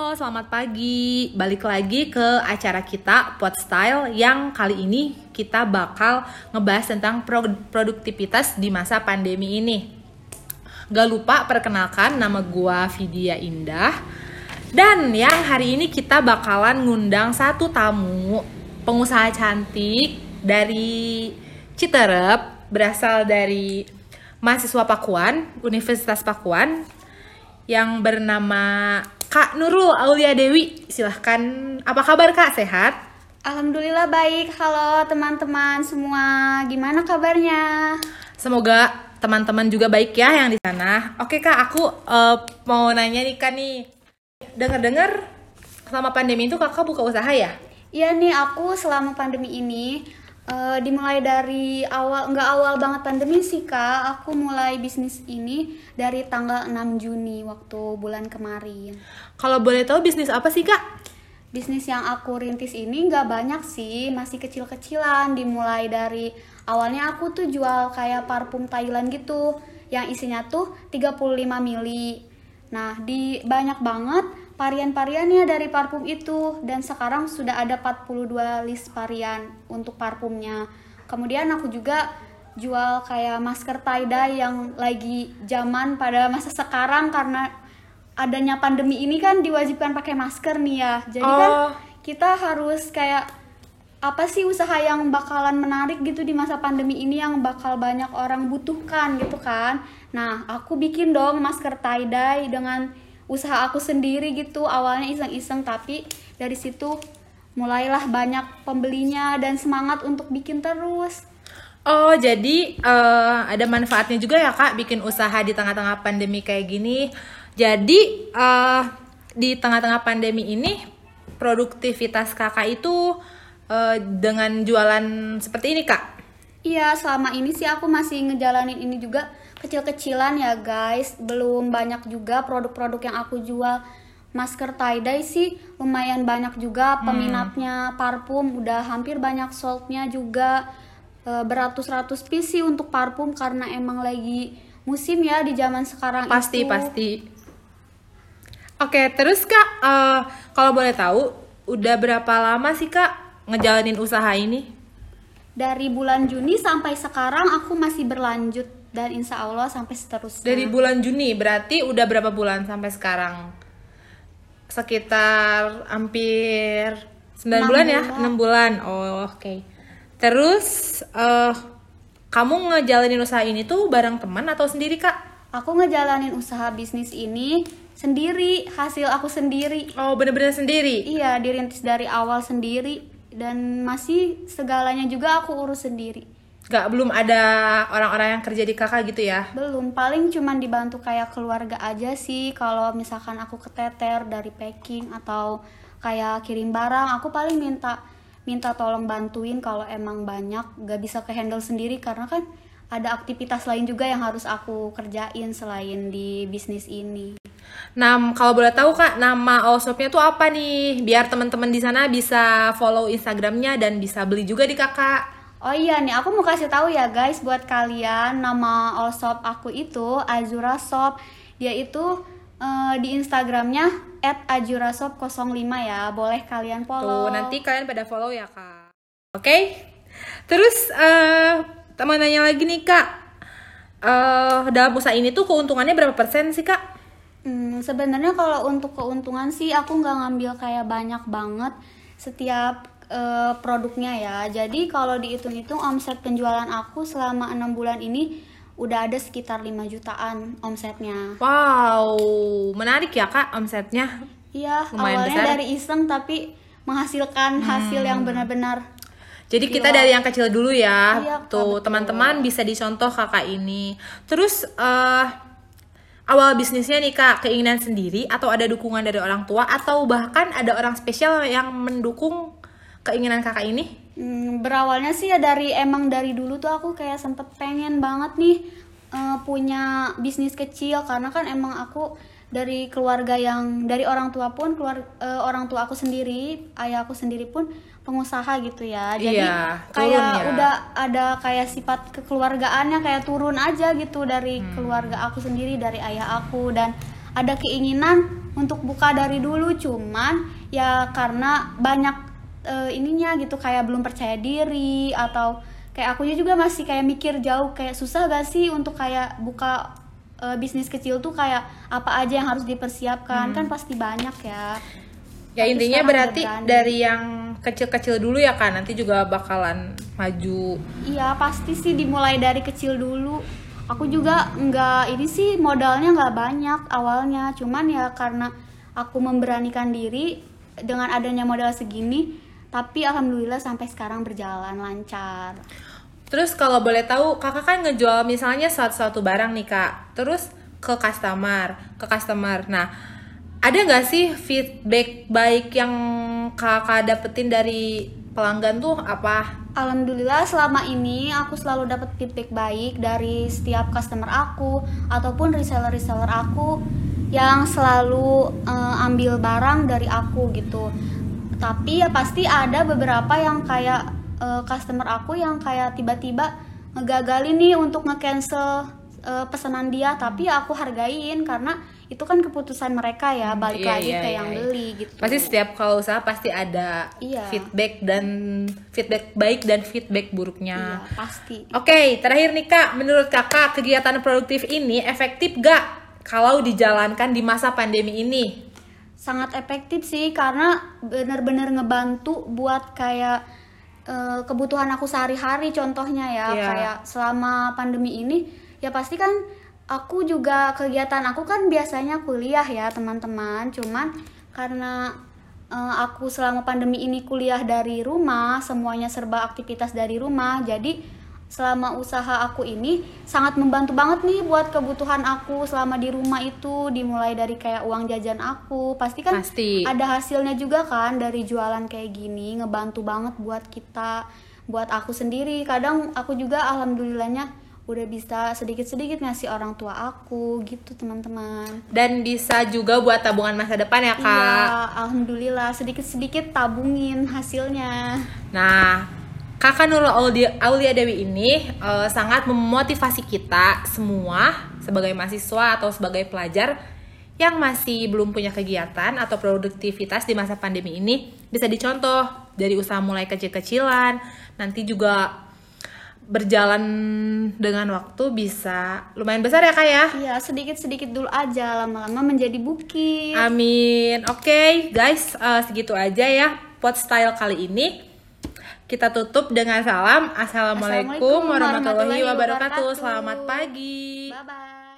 Selamat pagi. Balik lagi ke acara kita Podstyle yang kali ini kita bakal ngebahas tentang produktivitas di masa pandemi ini. Gak lupa perkenalkan, nama gua Vidya Indah. Dan yang hari ini kita bakalan ngundang satu tamu, pengusaha cantik dari Citerep, berasal dari mahasiswa Pakuan, Universitas Pakuan, yang bernama Kak Nurul Aulia Dewi. Silahkan, apa kabar Kak? Sehat? Alhamdulillah baik. Halo teman-teman semua, gimana kabarnya? Semoga teman-teman juga baik ya yang di sana. Oke Kak, aku mau nanya nih Kak nih. Dengar-dengar selama pandemi itu Kakak buka usaha ya? Iya nih, aku selama pandemi ini dimulai dari nggak awal banget pandemi sih Kak. Aku mulai bisnis ini dari tanggal 6 Juni waktu bulan kemarin. Kalau boleh tahu bisnis apa sih Kak? Bisnis yang aku rintis ini nggak banyak sih, masih kecil-kecilan. Dimulai dari awalnya aku tuh jual kayak parfum Thailand gitu, yang isinya tuh 35 mili. Nah, banyak banget varian-variannya dari parfum itu, dan sekarang sudah ada 42 list varian untuk parfumnya. Kemudian aku juga jual kayak masker tie-dye yang lagi zaman pada masa sekarang, karena adanya pandemi ini kan diwajibkan pakai masker nih ya. Jadi kan kita harus kayak apa sih usaha yang bakalan menarik gitu di masa pandemi ini yang bakal banyak orang butuhkan gitu kan. Nah, aku bikin dong masker tie-dye dengan usaha aku sendiri gitu. Awalnya iseng-iseng, tapi dari situ mulailah banyak pembelinya dan semangat untuk bikin terus. Oh, jadi ada manfaatnya juga ya Kak bikin usaha di tengah-tengah pandemi kayak gini. Jadi di tengah-tengah pandemi ini produktivitas Kakak itu dengan jualan seperti ini Kak? Iya, selama ini sih aku masih ngejalanin ini juga kecil-kecilan ya guys. Belum banyak juga produk-produk yang aku jual. Masker tie-dye sih lumayan banyak juga peminatnya. Parfum udah hampir banyak sold-nya juga. Beratus-ratus piece sih untuk parfum, karena emang lagi musim ya di zaman sekarang. Pasti. itu. Oke, terus Kak, kalau boleh tahu udah berapa lama sih Kak ngejalanin usaha ini? Dari bulan Juni sampai sekarang aku masih berlanjut, dan insya Allah sampai seterusnya. Dari bulan Juni, berarti udah berapa bulan sampai sekarang? Sekitar hampir 9 bulan ya? 6 bulan, oh oke. Terus kamu ngejalanin usaha ini tuh bareng teman atau sendiri Kak? Aku ngejalanin usaha bisnis ini sendiri, hasil aku sendiri. Oh, bener-bener sendiri? Iya, dirintis dari awal sendiri, dan masih segalanya juga aku urus sendiri. Belum ada orang-orang yang kerja di Kakak gitu ya? Belum, paling cuman dibantu kayak keluarga aja sih. Kalau misalkan aku keteter dari packing atau kayak kirim barang, aku paling minta tolong bantuin kalau emang banyak, gak bisa ke handle sendiri, karena kan ada aktivitas lain juga yang harus aku kerjain selain di bisnis ini. Nah, kalau boleh tahu Kak, nama all shopnya tuh apa nih? Biar teman-teman di sana bisa follow Instagramnya dan bisa beli juga di Kakak. Oh iya nih, aku mau kasih tahu ya guys buat kalian, nama all shop aku itu Azura Shop. Dia itu di Instagramnya @azurashop05 ya. Boleh kalian follow. Tuh, nanti kalian pada follow ya Kak. Oke? Terus teman nanya lagi nih Kak, dalam usaha ini tuh keuntungannya berapa persen sih Kak? Sebenarnya kalau untuk keuntungan sih aku nggak ngambil kayak banyak banget setiap produknya ya. Jadi kalau dihitung-hitung omset penjualan aku selama 6 bulan ini udah ada sekitar 5 jutaan omsetnya. Wow, menarik ya Kak omsetnya. Iya, lumayan awalnya besar. dari iseng tapi menghasilkan hasil yang benar-benar. Jadi kita dari yang kecil dulu ya. Iya, Tuh, betul. teman-teman bisa dicontoh Kakak ini. Terus awal bisnisnya nih Kak, keinginan sendiri atau ada dukungan dari orang tua atau bahkan ada orang spesial yang mendukung keinginan Kakak ini? Berawalnya sih ya dari dulu tuh aku kayak sempet pengen banget nih punya bisnis kecil, karena kan emang aku dari keluarga yang dari orang tua pun orang tua aku sendiri, ayah aku sendiri pun pengusaha gitu ya. Jadi kayak udah ada kayak sifat kekeluargaannya kayak turun aja gitu dari keluarga aku sendiri, dari ayah aku, dan ada keinginan untuk buka dari dulu, cuman ya karena banyak ininya gitu, kayak belum percaya diri, atau kayak akunya juga masih kayak mikir jauh, kayak susah gak sih untuk kayak buka bisnis kecil tuh, kayak apa aja yang harus dipersiapkan, kan pasti banyak ya. Ya Tapi intinya sekarang berarti udah berani. dari yang kecil-kecil dulu ya kan, nanti juga bakalan maju. Iya pasti sih dimulai dari kecil dulu. Aku juga nggak, ini sih modalnya nggak banyak awalnya, cuman ya karena aku memberanikan diri dengan adanya modal segini, tapi alhamdulillah sampai sekarang berjalan lancar. Terus kalau boleh tahu, kakak kan ngejual misalnya suatu barang nih kak, terus ke customer. Nah, ada nggak sih feedback baik yang kakak dapetin dari pelanggan tuh apa? Alhamdulillah selama ini aku selalu dapat feedback baik dari setiap customer aku ataupun reseller aku yang selalu ambil barang dari aku gitu. Tapi ya pasti ada beberapa yang kayak customer aku yang kayak tiba-tiba ngegagalin nih untuk nge-cancel pesanan dia, tapi ya aku hargain karena itu kan keputusan mereka ya, balik lagi ke yang beli gitu. Pasti setiap kalau usaha pasti ada feedback baik dan feedback buruknya. Iya, pasti. Oke, terakhir nih kak, menurut kakak kegiatan produktif ini efektif gak kalau dijalankan di masa pandemi ini? Sangat efektif sih, karena benar-benar ngebantu buat kayak kebutuhan aku sehari-hari, contohnya ya, kayak selama pandemi ini ya pasti kan aku juga, kegiatan aku kan biasanya kuliah ya teman-teman, cuman karena aku selama pandemi ini kuliah dari rumah, semuanya serba aktivitas dari rumah, jadi selama usaha aku ini sangat membantu banget nih buat kebutuhan aku selama di rumah itu, dimulai dari kayak uang jajan aku, pasti ada hasilnya juga kan dari jualan kayak gini, ngebantu banget buat kita, buat aku sendiri. Kadang aku juga alhamdulillahnya udah bisa sedikit-sedikit ngasih orang tua aku gitu teman-teman. Dan bisa juga buat tabungan masa depan ya kak? Iya, alhamdulillah sedikit-sedikit tabungin hasilnya. Nah, Kakak Nurul Aulia Dewi ini sangat memotivasi kita semua sebagai mahasiswa atau sebagai pelajar yang masih belum punya kegiatan atau produktivitas di masa pandemi ini, bisa dicontoh dari usaha mulai kecil-kecilan, nanti juga berjalan dengan waktu bisa lumayan besar ya kak ya? Iya, sedikit-sedikit dulu aja, lama-lama menjadi bukit. Amin. Oke, guys, segitu aja ya Pot Style kali ini. Kita tutup dengan salam. Assalamualaikum warahmatullahi wabarakatuh. Selamat pagi. Bye-bye.